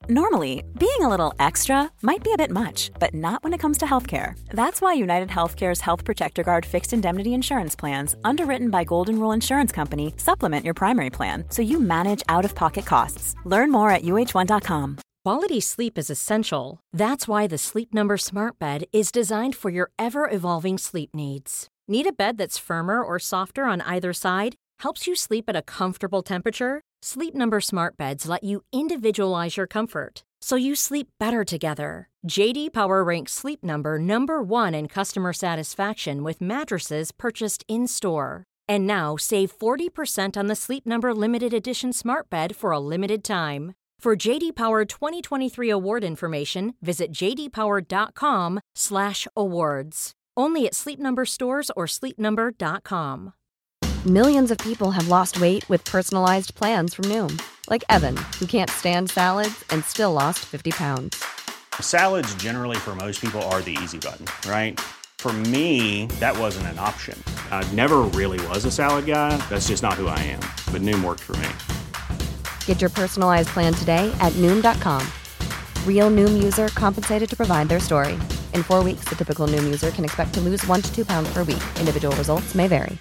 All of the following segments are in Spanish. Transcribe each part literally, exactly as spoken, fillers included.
Normally, being a little extra might be a bit much, but not when it comes to healthcare. That's why United Healthcare's Health Protector Guard fixed indemnity insurance plans, underwritten by Golden Rule Insurance Company, supplement your primary plan so you manage out-of-pocket costs. Learn more at U H one dot com. Quality sleep is essential. That's why the Sleep Number Smart Bed is designed for your ever-evolving sleep needs. Need a bed that's firmer or softer on either side? Helps you sleep at a comfortable temperature? Sleep Number Smart Beds let you individualize your comfort, so you sleep better together. J D Power ranks Sleep Number number one in customer satisfaction with mattresses purchased in-store. And now, save forty percent on the Sleep Number Limited Edition Smart Bed for a limited time. For J D Power twenty twenty-three award information, visit j d power dot com slash awards. Only at Sleep Number stores or sleep number dot com. Millions of people have lost weight with personalized plans from Noom. Like Evan, who can't stand salads and still lost fifty pounds. Salads generally for most people are the easy button, right? For me, that wasn't an option. I never really was a salad guy. That's just not who I am. But Noom worked for me. Get your personalized plan today at Noom dot com. Real Noom user compensated to provide their story. In four weeks, the typical Noom user can expect to lose one to two pounds per week. Individual results may vary.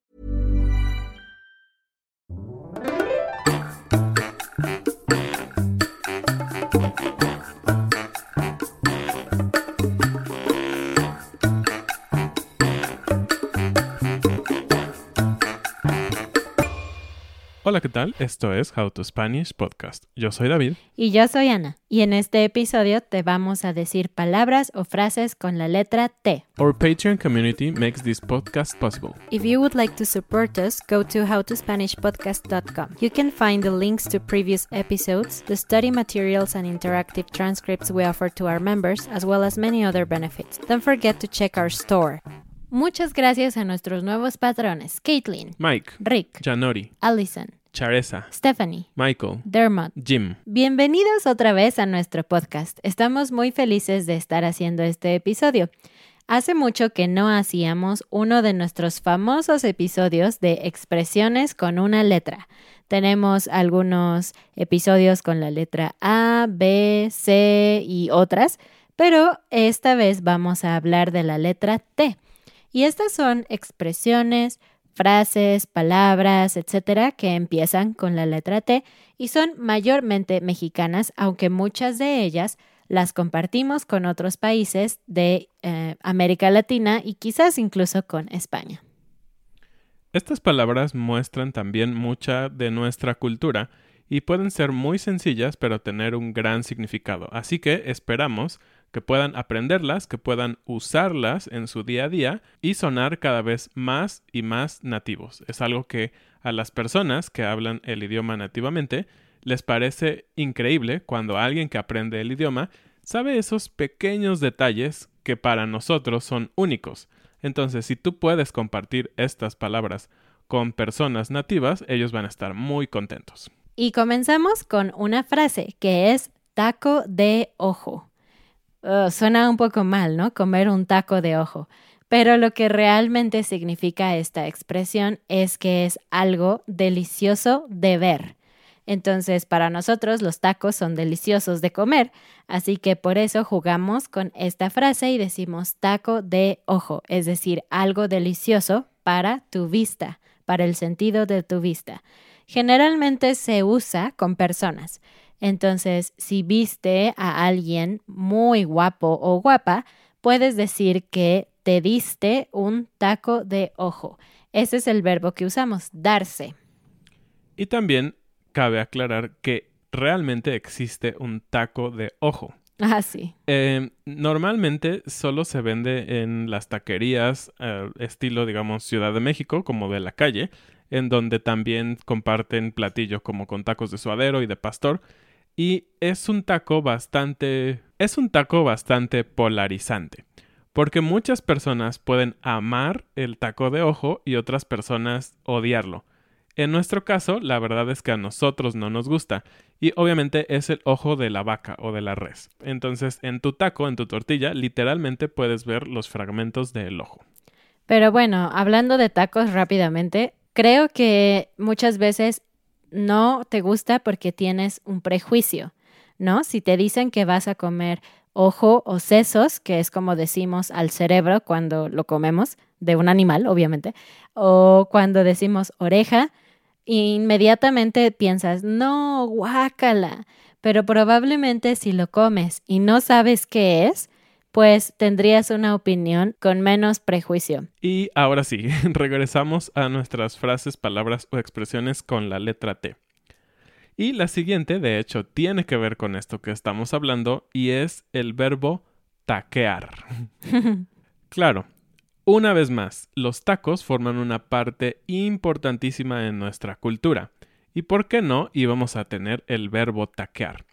Hola, ¿qué tal? Esto es How to Spanish Podcast. Yo soy David. Y yo soy Ana. Y en este episodio te vamos a decir palabras o frases con la letra T. Our Patreon community makes this podcast possible. If you would like to support us, go to how to spanish podcast dot com. You can find the links to previous episodes, the study materials and interactive transcripts we offer to our members, as well as many other benefits. Don't forget to check our store. Muchas gracias a nuestros nuevos patrones, Caitlin, Mike, Rick, Janori, Allison, Charesa, Stephanie, Michael, Dermot, Jim. Bienvenidos otra vez a nuestro podcast. Estamos muy felices de estar haciendo este episodio. Hace mucho que no hacíamos uno de nuestros famosos episodios de expresiones con una letra. Tenemos algunos episodios con la letra A, B, C y otras, pero esta vez vamos a hablar de la letra T. Y estas son expresiones, frases, palabras, etcétera, que empiezan con la letra T y son mayormente mexicanas, aunque muchas de ellas las compartimos con otros países de eh, América Latina y quizás incluso con España. Estas palabras muestran también mucha de nuestra cultura y pueden ser muy sencillas, pero tener un gran significado. Así que esperamos que puedan aprenderlas, que puedan usarlas en su día a día y sonar cada vez más y más nativos. Es algo que a las personas que hablan el idioma nativamente les parece increíble cuando alguien que aprende el idioma sabe esos pequeños detalles que para nosotros son únicos. Entonces, si tú puedes compartir estas palabras con personas nativas, ellos van a estar muy contentos. Y comenzamos con una frase que es taco de ojo. Uh, suena un poco mal, ¿no? Comer un taco de ojo. Pero lo que realmente significa esta expresión es que es algo delicioso de ver. Entonces, para nosotros los tacos son deliciosos de comer, así que por eso jugamos con esta frase y decimos taco de ojo, es decir, algo delicioso para tu vista, para el sentido de tu vista. Generalmente se usa con personas. Entonces, si viste a alguien muy guapo o guapa, puedes decir que te diste un taco de ojo. Ese es el verbo que usamos, darse. Y también cabe aclarar que realmente existe un taco de ojo. Ah, sí. Eh, normalmente solo se vende en las taquerías eh, estilo, digamos, Ciudad de México, como de la calle, en donde también comparten platillos como con tacos de suadero y de pastor. Y es un taco bastante, es un taco bastante polarizante, porque muchas personas pueden amar el taco de ojo y otras personas odiarlo. En nuestro caso, la verdad es que a nosotros no nos gusta y obviamente es el ojo de la vaca o de la res. Entonces, en tu taco, en tu tortilla, literalmente puedes ver los fragmentos del ojo. Pero bueno, hablando de tacos rápidamente, creo que muchas veces no te gusta porque tienes un prejuicio. ¿no? Si te dicen que vas a comer ojo o sesos, que es como decimos al cerebro cuando lo comemos, de un animal, obviamente, o cuando decimos oreja, inmediatamente piensas, no, guácala, pero probablemente si lo comes y no sabes qué es, pues tendrías una opinión con menos prejuicio. Y ahora sí, regresamos a nuestras frases, palabras o expresiones con la letra T. Y la siguiente, de hecho, tiene que ver con esto que estamos hablando y es el verbo taquear. Claro, una vez más, los tacos forman una parte importantísima en nuestra cultura. ¿Y por qué no íbamos a tener el verbo taquear?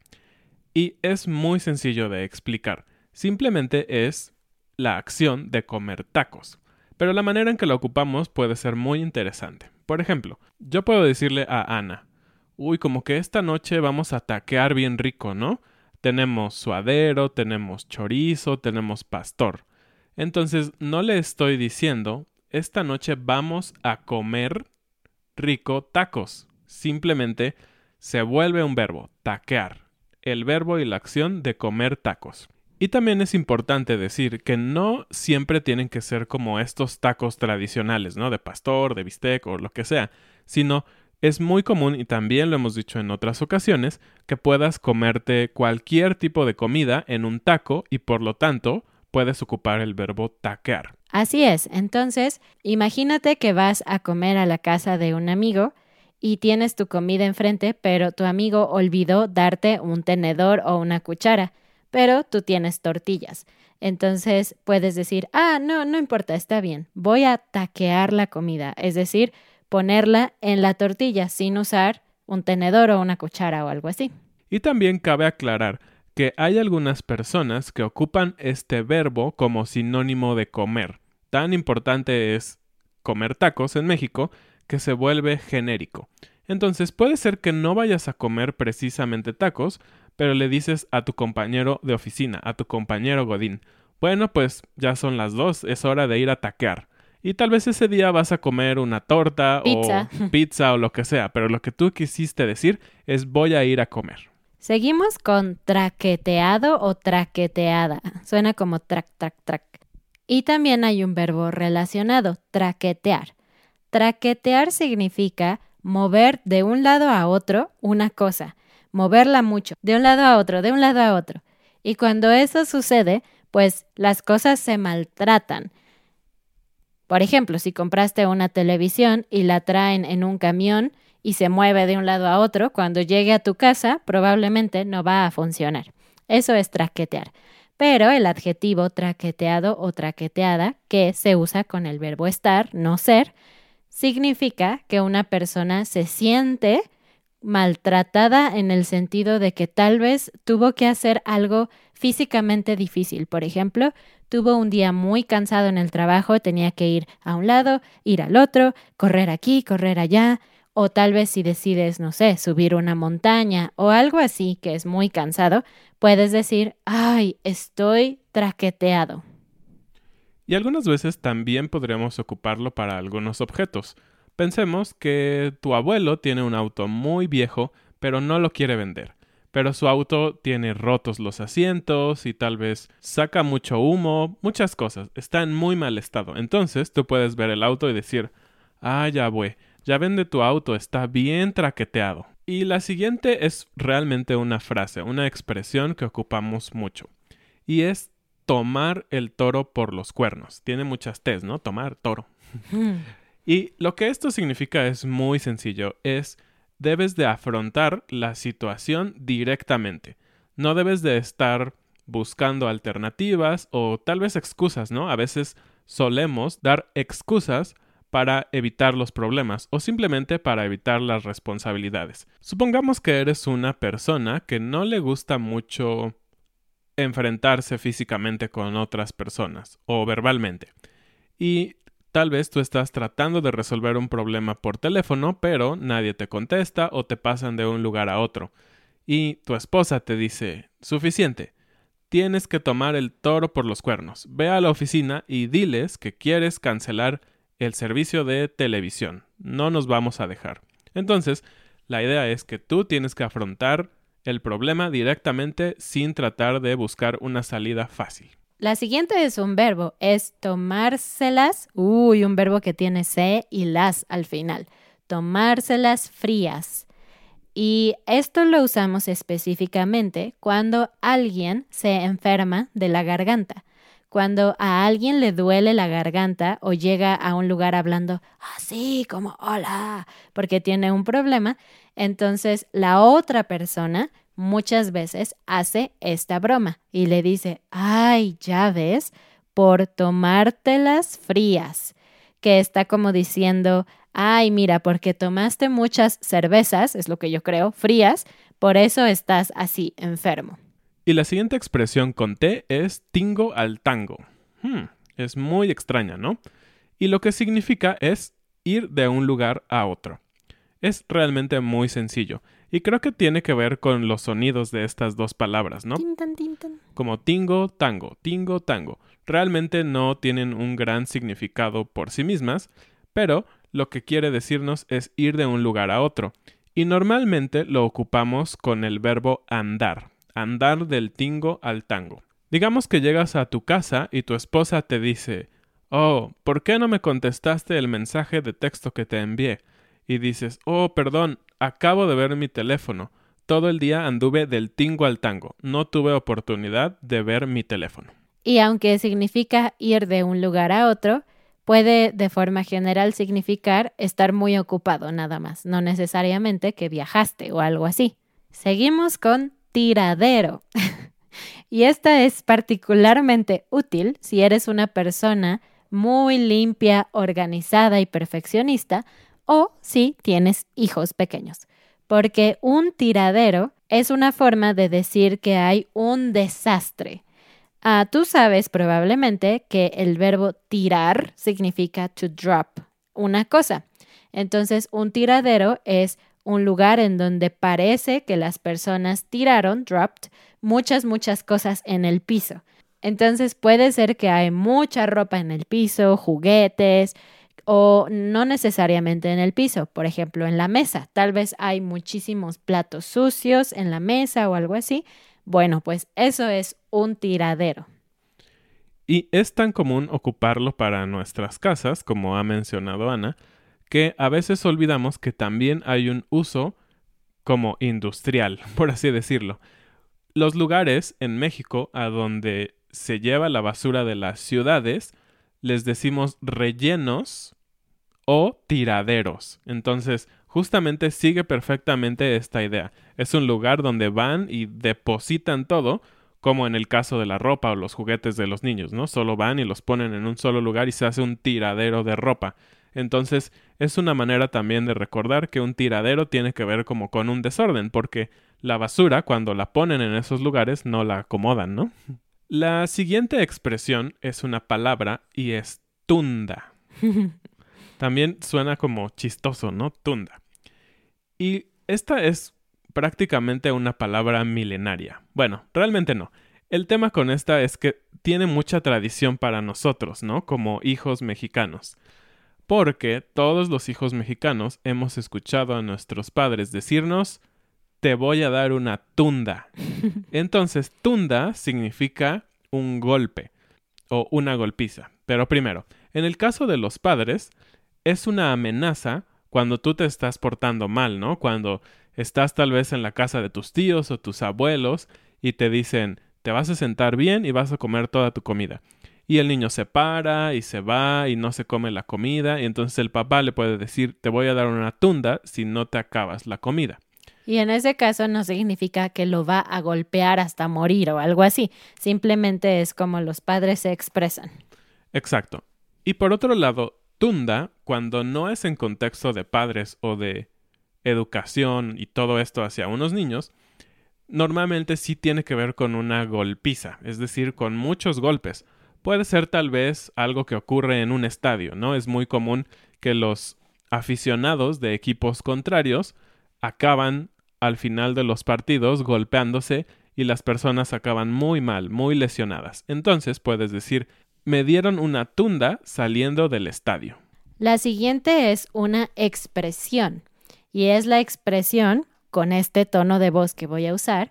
Y es muy sencillo de explicar. Simplemente es la acción de comer tacos. Pero la manera en que lo ocupamos puede ser muy interesante. Por ejemplo, yo puedo decirle a Ana, uy, como que esta noche vamos a taquear bien rico, ¿no? Tenemos suadero, tenemos chorizo, tenemos pastor. Entonces, no le estoy diciendo, esta noche vamos a comer rico tacos. Simplemente se vuelve un verbo, taquear. El verbo y la acción de comer tacos. Y también es importante decir que no siempre tienen que ser como estos tacos tradicionales, ¿no? De pastor, de bistec o lo que sea, sino es muy común, y también lo hemos dicho en otras ocasiones, que puedas comerte cualquier tipo de comida en un taco y por lo tanto puedes ocupar el verbo taquear. Así es. Entonces, imagínate que vas a comer a la casa de un amigo y tienes tu comida enfrente, pero tu amigo olvidó darte un tenedor o una cuchara, pero tú tienes tortillas. Entonces puedes decir, ah, no, no importa, está bien, voy a taquear la comida, es decir, ponerla en la tortilla sin usar un tenedor o una cuchara o algo así. Y también cabe aclarar que hay algunas personas que ocupan este verbo como sinónimo de comer. Tan importante es comer tacos en México que se vuelve genérico. Entonces puede ser que no vayas a comer precisamente tacos, pero le dices a tu compañero de oficina, a tu compañero Godín, bueno, pues ya son las dos, es hora de ir a taquear. Y tal vez ese día vas a comer una torta Pizza. o pizza o lo que sea, pero lo que tú quisiste decir es voy a ir a comer. Seguimos con traqueteado o traqueteada. Suena como trac, trac, trac. Y también hay un verbo relacionado, traquetear. Traquetear significa mover de un lado a otro una cosa, moverla mucho, de un lado a otro, de un lado a otro. Y cuando eso sucede, pues las cosas se maltratan. Por ejemplo, si compraste una televisión y la traen en un camión y se mueve de un lado a otro, cuando llegue a tu casa probablemente no va a funcionar. Eso es traquetear. Pero el adjetivo traqueteado o traqueteada, que se usa con el verbo estar, no ser, significa que una persona se siente maltratada en el sentido de que tal vez tuvo que hacer algo físicamente difícil. Por ejemplo, tuvo un día muy cansado en el trabajo, tenía que ir a un lado, ir al otro, correr aquí, correr allá, o tal vez si decides, no sé, subir una montaña o algo así que es muy cansado, puedes decir, ay, estoy traqueteado. Y algunas veces también podríamos ocuparlo para algunos objetos. Pensemos que tu abuelo tiene un auto muy viejo, pero no lo quiere vender. Pero su auto tiene rotos los asientos y tal vez saca mucho humo, muchas cosas. Está en muy mal estado. Entonces tú puedes ver el auto y decir, ah, ya güey, ya vende tu auto, está bien traqueteado. Y la siguiente es realmente una frase, una expresión que ocupamos mucho. Y es tomar el toro por los cuernos. Tiene muchas T's, ¿no? Tomar toro. Y lo que esto significa es muy sencillo. Es debes de afrontar la situación directamente. No debes de estar buscando alternativas o tal vez excusas, ¿no? A veces solemos dar excusas para evitar los problemas o simplemente para evitar las responsabilidades. Supongamos que eres una persona que no le gusta mucho enfrentarse físicamente con otras personas o verbalmente. Y tal vez tú estás tratando de resolver un problema por teléfono, pero nadie te contesta o te pasan de un lugar a otro. Y tu esposa te dice, suficiente, tienes que tomar el toro por los cuernos. Ve a la oficina y diles que quieres cancelar el servicio de televisión. No nos vamos a dejar. Entonces, la idea es que tú tienes que afrontar el problema directamente sin tratar de buscar una salida fácil. La siguiente es un verbo, es tomárselas, uy, un verbo que tiene se y las al final, tomárselas frías. Y esto lo usamos específicamente cuando alguien se enferma de la garganta. Cuando a alguien le duele la garganta o llega a un lugar hablando así como hola, porque tiene un problema, entonces la otra persona muchas veces hace esta broma y le dice, ay, ya ves, por tomártelas frías, que está como diciendo, ay, mira, porque tomaste muchas cervezas, es lo que yo creo, frías, por eso estás así enfermo. Y la siguiente expresión con T es tingo al tango. Hmm, es muy extraña, ¿no? Y lo que significa es ir de un lugar a otro. Es realmente muy sencillo. Y creo que tiene que ver con los sonidos de estas dos palabras, ¿no? Tintan, tintan. Como tingo, tango, tingo, tango. Realmente no tienen un gran significado por sí mismas, pero lo que quiere decirnos es ir de un lugar a otro. Y normalmente lo ocupamos con el verbo andar. Andar del tingo al tango. Digamos que llegas a tu casa y tu esposa te dice, oh, ¿por qué no me contestaste el mensaje de texto que te envié? Y dices, oh, perdón, acabo de ver mi teléfono. Todo el día anduve del tingo al tango. No tuve oportunidad de ver mi teléfono. Y aunque significa ir de un lugar a otro, puede de forma general significar estar muy ocupado nada más, no necesariamente que viajaste o algo así. Seguimos con tiradero. Y esta es particularmente útil si eres una persona muy limpia, organizada y perfeccionista o si tienes hijos pequeños. Porque un tiradero es una forma de decir que hay un desastre. Ah, tú sabes probablemente que el verbo tirar significa to drop una cosa. Entonces, un tiradero es un lugar en donde parece que las personas tiraron, dropped, muchas, muchas cosas en el piso. Entonces puede ser que hay mucha ropa en el piso, juguetes, o no necesariamente en el piso, por ejemplo, en la mesa. Tal vez hay muchísimos platos sucios en la mesa o algo así. Bueno, pues eso es un tiradero. Y es tan común ocuparlo para nuestras casas, como ha mencionado Ana, que a veces olvidamos que también hay un uso como industrial, por así decirlo. Los lugares en México a donde se lleva la basura de las ciudades, les decimos rellenos o tiraderos. Entonces, justamente sigue perfectamente esta idea. Es un lugar donde van y depositan todo, como en el caso de la ropa o los juguetes de los niños, ¿no? Solo van y los ponen en un solo lugar y se hace un tiradero de ropa. Entonces, es una manera también de recordar que un tiradero tiene que ver como con un desorden, porque la basura, cuando la ponen en esos lugares, no la acomodan, ¿no? La siguiente expresión es una palabra y es tunda. También suena como chistoso, ¿no? Tunda. Y esta es prácticamente una palabra milenaria. Bueno, realmente no. El tema con esta es que tiene mucha tradición para nosotros, ¿no? Como hijos mexicanos. Porque todos los hijos mexicanos hemos escuchado a nuestros padres decirnos, te voy a dar una tunda. Entonces, tunda significa un golpe o una golpiza. Pero primero, en el caso de los padres, es una amenaza cuando tú te estás portando mal, ¿no? Cuando estás tal vez en la casa de tus tíos o tus abuelos y te dicen, te vas a sentar bien y vas a comer toda tu comida. Y el niño se para y se va y no se come la comida y entonces el papá le puede decir, te voy a dar una tunda si no te acabas la comida. Y en ese caso no significa que lo va a golpear hasta morir o algo así. Simplemente es como los padres se expresan. Exacto. Y por otro lado, tunda, cuando no es en contexto de padres o de educación y todo esto hacia unos niños, normalmente sí tiene que ver con una golpiza, es decir, con muchos golpes. Puede ser tal vez algo que ocurre en un estadio, ¿no? Es muy común que los aficionados de equipos contrarios acaban al final de los partidos golpeándose y las personas acaban muy mal, muy lesionadas. Entonces puedes decir, me dieron una tunda saliendo del estadio. La siguiente es una expresión y es la expresión con este tono de voz que voy a usar,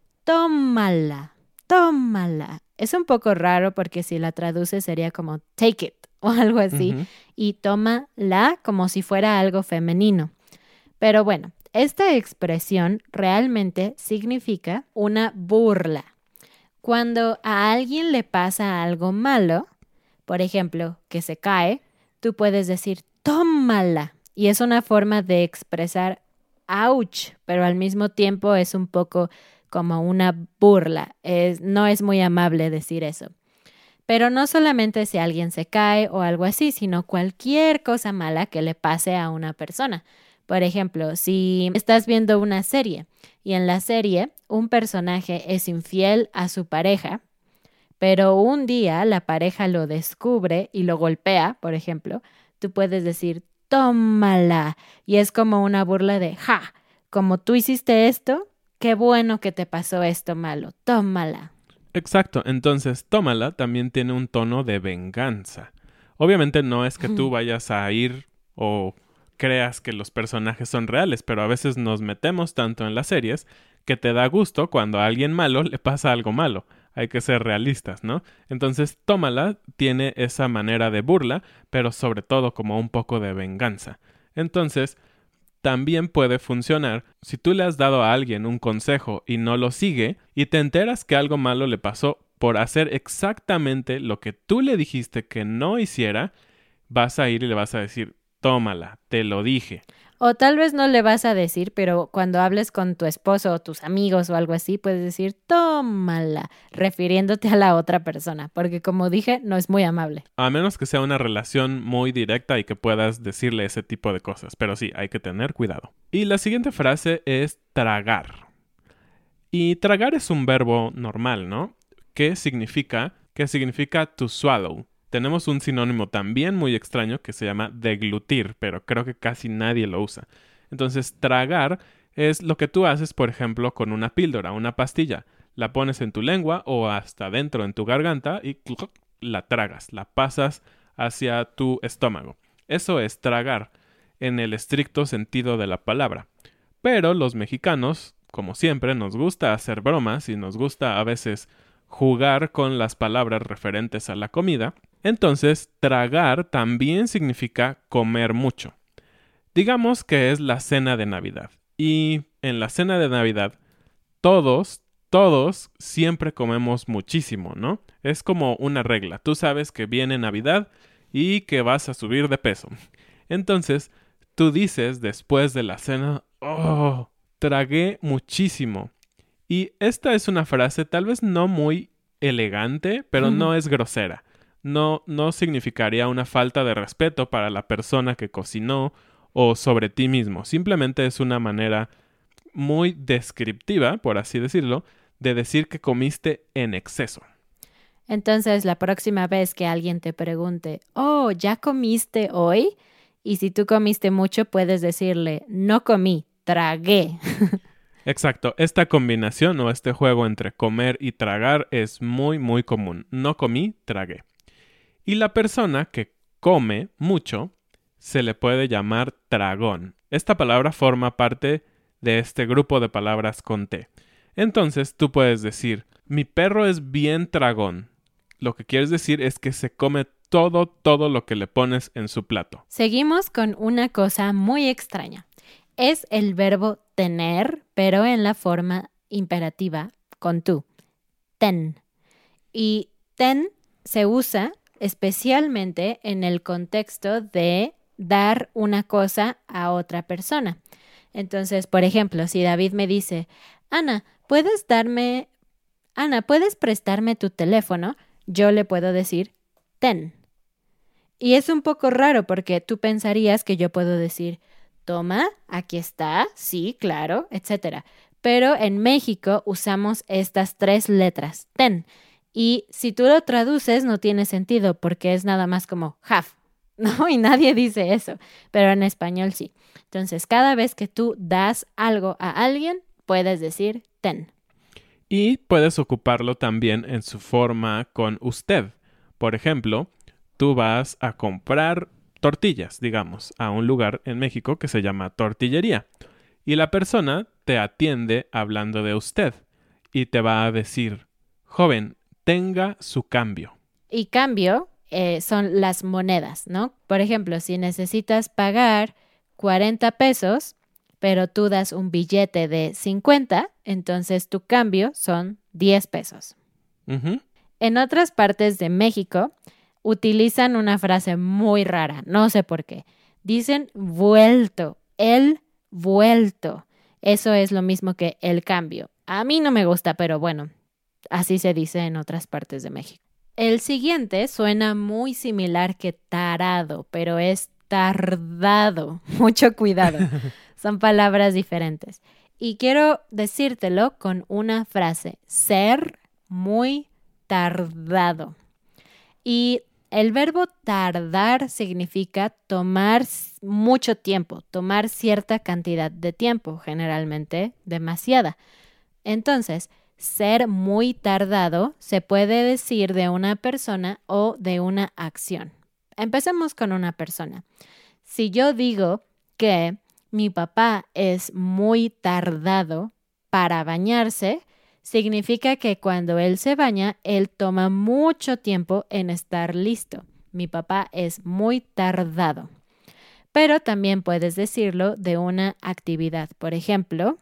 tómala, tómala. Es un poco raro porque si la traduce sería como take it o algo así. Uh-huh. Y tómala como si fuera algo femenino. Pero bueno, esta expresión realmente significa una burla. Cuando a alguien le pasa algo malo, por ejemplo, que se cae, tú puedes decir tómala. Y es una forma de expresar ouch, pero al mismo tiempo es un poco como una burla. Es, no es muy amable decir eso. Pero no solamente si alguien se cae o algo así, sino cualquier cosa mala que le pase a una persona. Por ejemplo, si estás viendo una serie y en la serie un personaje es infiel a su pareja, pero un día la pareja lo descubre y lo golpea, por ejemplo, tú puedes decir tómala. Y es como una burla de ja, como tú hiciste esto, qué bueno que te pasó esto malo, tómala. Exacto, entonces tómala también tiene un tono de venganza. Obviamente no es que tú vayas a ir o creas que los personajes son reales, pero a veces nos metemos tanto en las series que te da gusto cuando a alguien malo le pasa algo malo. Hay que ser realistas, ¿no? Entonces, tómala tiene esa manera de burla, pero sobre todo como un poco de venganza. Entonces, también puede funcionar si tú le has dado a alguien un consejo y no lo sigue y te enteras que algo malo le pasó por hacer exactamente lo que tú le dijiste que no hiciera, vas a ir y le vas a decir, tómala, te lo dije. O tal vez no le vas a decir, pero cuando hables con tu esposo o tus amigos o algo así, puedes decir, tómala, refiriéndote a la otra persona, porque como dije, no es muy amable. A menos que sea una relación muy directa y que puedas decirle ese tipo de cosas, pero sí, hay que tener cuidado. Y la siguiente frase es tragar. Y tragar es un verbo normal, ¿no? ¿Qué significa? ¿Qué significa to swallow? Tenemos un sinónimo también muy extraño que se llama deglutir, pero creo que casi nadie lo usa. Entonces, tragar es lo que tú haces, por ejemplo, con una píldora, una pastilla. La pones en tu lengua o hasta dentro en tu garganta y la tragas, la pasas hacia tu estómago. Eso es tragar, en el estricto sentido de la palabra. Pero los mexicanos, como siempre, nos gusta hacer bromas y nos gusta a veces jugar con las palabras referentes a la comida. Entonces, tragar también significa comer mucho. Digamos que es la cena de Navidad. Y en la cena de Navidad, todos, todos siempre comemos muchísimo, ¿no? Es como una regla. Tú sabes que viene Navidad y que vas a subir de peso. Entonces, tú dices después de la cena, ¡oh! Tragué muchísimo. Y esta es una frase tal vez no muy elegante, pero no es grosera. No, no significaría una falta de respeto para la persona que cocinó o sobre ti mismo. Simplemente es una manera muy descriptiva, por así decirlo, de decir que comiste en exceso. Entonces, la próxima vez que alguien te pregunte, oh, ¿ya comiste hoy? Y si tú comiste mucho, puedes decirle, no comí, tragué. Exacto. Esta combinación o este juego entre comer y tragar es muy, muy común. No comí, tragué. Y la persona que come mucho se le puede llamar tragón. Esta palabra forma parte de este grupo de palabras con T. Entonces tú puedes decir, mi perro es bien tragón. Lo que quieres decir es que se come todo, todo lo que le pones en su plato. Seguimos con una cosa muy extraña. Es el verbo tener, pero en la forma imperativa con tú. Ten. Y ten se usa especialmente en el contexto de dar una cosa a otra persona. Entonces, por ejemplo, si David me dice, Ana, ¿puedes darme, Ana, ¿puedes prestarme tu teléfono? Yo le puedo decir, ten. Y es un poco raro porque tú pensarías que yo puedo decir, toma, aquí está, sí, claro, etcétera. Pero en México usamos estas tres letras, ten. Y si tú lo traduces no tiene sentido porque es nada más como have, ¿no? Y nadie dice eso, pero en español sí. Entonces, cada vez que tú das algo a alguien, puedes decir ten. Y puedes ocuparlo también en su forma con usted. Por ejemplo, tú vas a comprar tortillas, digamos, a un lugar en México que se llama tortillería. y la persona te atiende hablando de usted y te va a decir, joven, tenga su cambio. Y cambio eh, son las monedas, ¿no? Por ejemplo, si necesitas pagar cuarenta pesos, pero tú das un billete de cincuenta, entonces tu cambio son diez pesos. Uh-huh. En otras partes de México utilizan una frase muy rara, no sé por qué. Dicen vuelto, el vuelto. Eso es lo mismo que el cambio. A mí no me gusta, pero bueno, así se dice en otras partes de México. El siguiente suena muy similar que tarado, pero es tardado. Mucho cuidado. Son palabras diferentes. Y quiero decírtelo con una frase. Ser muy tardado. Y el verbo tardar significa tomar mucho tiempo, tomar cierta cantidad de tiempo, generalmente demasiada. Entonces, ser muy tardado se puede decir de una persona o de una acción. Empecemos con una persona. Si yo digo que mi papá es muy tardado para bañarse, significa que cuando él se baña, él toma mucho tiempo en estar listo. Mi papá es muy tardado. Pero también puedes decirlo de una actividad. Por ejemplo,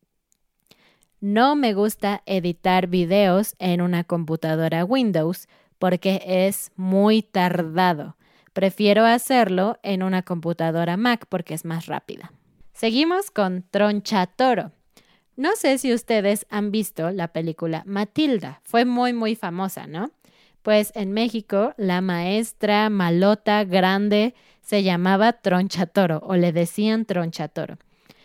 no me gusta editar videos en una computadora Windows porque es muy tardado. Prefiero hacerlo en una computadora Mac porque es más rápida. Seguimos con tronchatoro. No sé si ustedes han visto la película Matilda. Fue muy, muy famosa, ¿no? Pues en México la maestra malota grande se llamaba tronchatoro o le decían tronchatoro.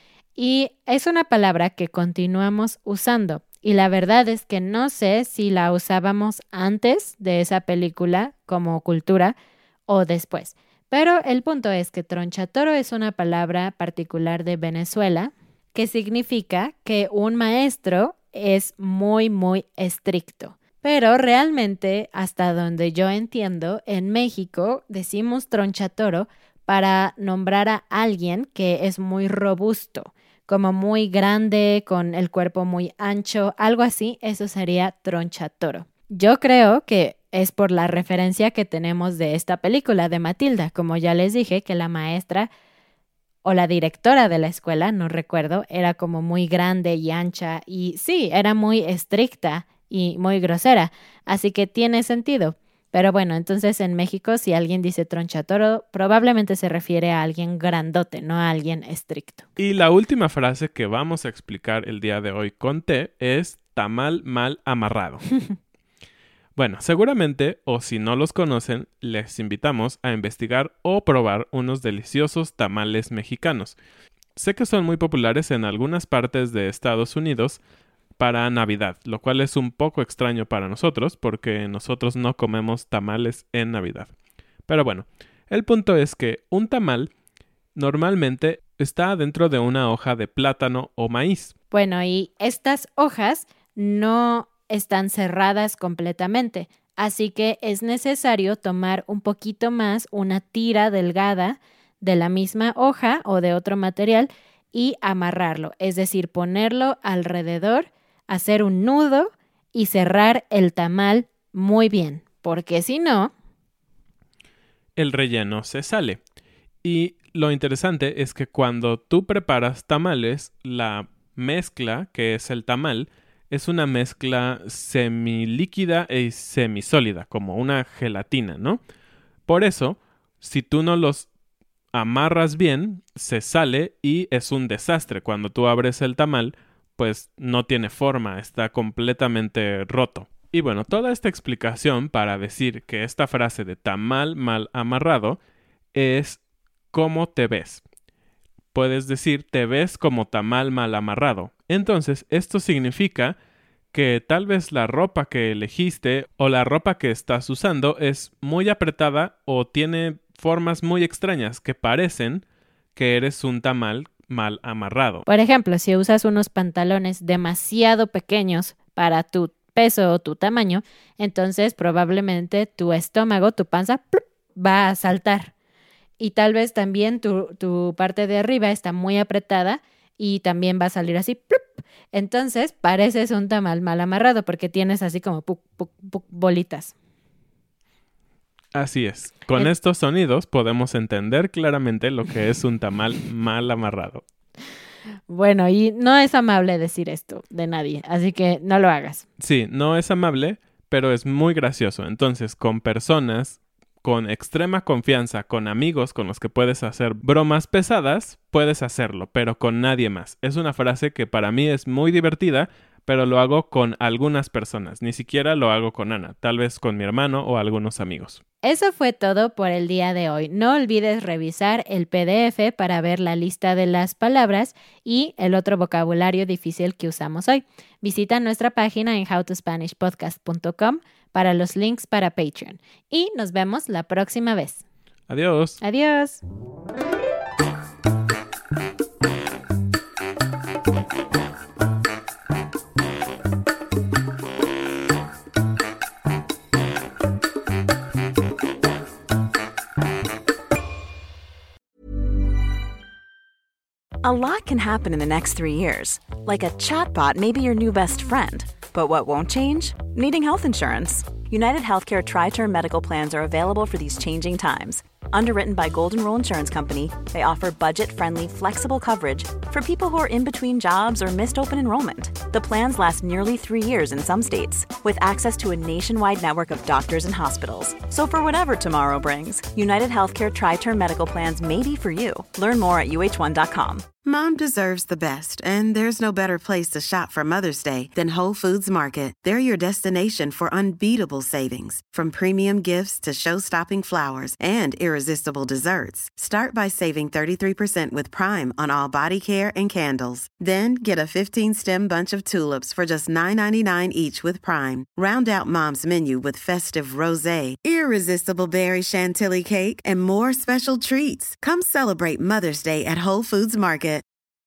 Y es una palabra que continuamos usando. Y la verdad es que no sé si la usábamos antes de esa película como cultura o después. Pero el punto es que tronchatoro es una palabra particular de Venezuela que significa que un maestro es muy, muy estricto. Pero realmente, hasta donde yo entiendo, en México decimos tronchatoro para nombrar a alguien que es muy robusto, como muy grande, con el cuerpo muy ancho, algo así, eso sería tronchatoro. Yo creo que es por la referencia que tenemos de esta película de Matilda. Como ya les dije, que la maestra o la directora de la escuela, no recuerdo, era como muy grande y ancha y sí, era muy estricta y muy grosera, así que tiene sentido. Pero bueno, entonces en México si alguien dice tronchatoro, probablemente se refiere a alguien grandote, no a alguien estricto. Y la última frase que vamos a explicar el día de hoy con T es tamal mal amarrado. Bueno, seguramente, o si no los conocen, les invitamos a investigar o probar unos deliciosos tamales mexicanos. Sé que son muy populares en algunas partes de Estados Unidos para Navidad, lo cual es un poco extraño para nosotros porque nosotros no comemos tamales en Navidad. Pero bueno, el punto es que un tamal normalmente está dentro de una hoja de plátano o maíz. Bueno, y estas hojas no están cerradas completamente, así que es necesario tomar un poquito más una tira delgada de la misma hoja o de otro material y amarrarlo, es decir, ponerlo alrededor, hacer un nudo y cerrar el tamal muy bien, porque si no, el relleno se sale. Y lo interesante es que cuando tú preparas tamales, la mezcla, que es el tamal, es una mezcla semilíquida y semisólida, como una gelatina, ¿no? Por eso, si tú no los amarras bien, se sale y es un desastre. Cuando tú abres el tamal, pues no tiene forma, está completamente roto. Y bueno, toda esta explicación para decir que esta frase de tamal mal amarrado es cómo te ves. Puedes decir te ves como tamal mal amarrado. Entonces, esto significa que tal vez la ropa que elegiste o la ropa que estás usando es muy apretada o tiene formas muy extrañas que parecen que eres un tamal mal amarrado. Por ejemplo, si usas unos pantalones demasiado pequeños para tu peso o tu tamaño, entonces probablemente tu estómago, tu panza, ¡plup!, va a saltar. Y tal vez también tu, tu parte de arriba está muy apretada y también va a salir así, ¡plup! Entonces pareces un tamal mal amarrado porque tienes así como puc, puc, puc, bolitas. Así es. Con El... estos sonidos podemos entender claramente lo que es un tamal mal amarrado. Bueno, y no es amable decir esto de nadie, así que no lo hagas. Sí, no es amable, pero es muy gracioso. Entonces, con personas con extrema confianza, con amigos con los que puedes hacer bromas pesadas, puedes hacerlo, pero con nadie más. Es una frase que para mí es muy divertida, pero lo hago con algunas personas. Ni siquiera lo hago con Ana, tal vez con mi hermano o algunos amigos. Eso fue todo por el día de hoy. No olvides revisar el P D F para ver la lista de las palabras y el otro vocabulario difícil que usamos hoy. Visita nuestra página en how to spanish podcast punto com para los links para Patreon. Y nos vemos la próxima vez. Adiós. Adiós. A lot can happen in the next three years. Like a chatbot may be your new best friend. But what won't change? Needing health insurance. United Healthcare Tri-Term Medical Plans are available for these changing times. Underwritten by Golden Rule Insurance Company, they offer budget-friendly, flexible coverage for people who are in between jobs or missed open enrollment. The plans last nearly three years in some states, with access to a nationwide network of doctors and hospitals. So for whatever tomorrow brings, United Healthcare Tri-Term Medical Plans may be for you. Learn more at U H one dot com. Mom deserves the best, and there's no better place to shop for Mother's Day than Whole Foods Market. They're your destination for unbeatable savings, from premium gifts to show-stopping flowers and irresistible desserts. Start by saving thirty-three percent with Prime on all body care and candles. Then get a fifteen-stem bunch of tulips for just nine ninety-nine each with Prime. Round out Mom's menu with festive rosé, irresistible berry chantilly cake, and more special treats. Come celebrate Mother's Day at Whole Foods Market.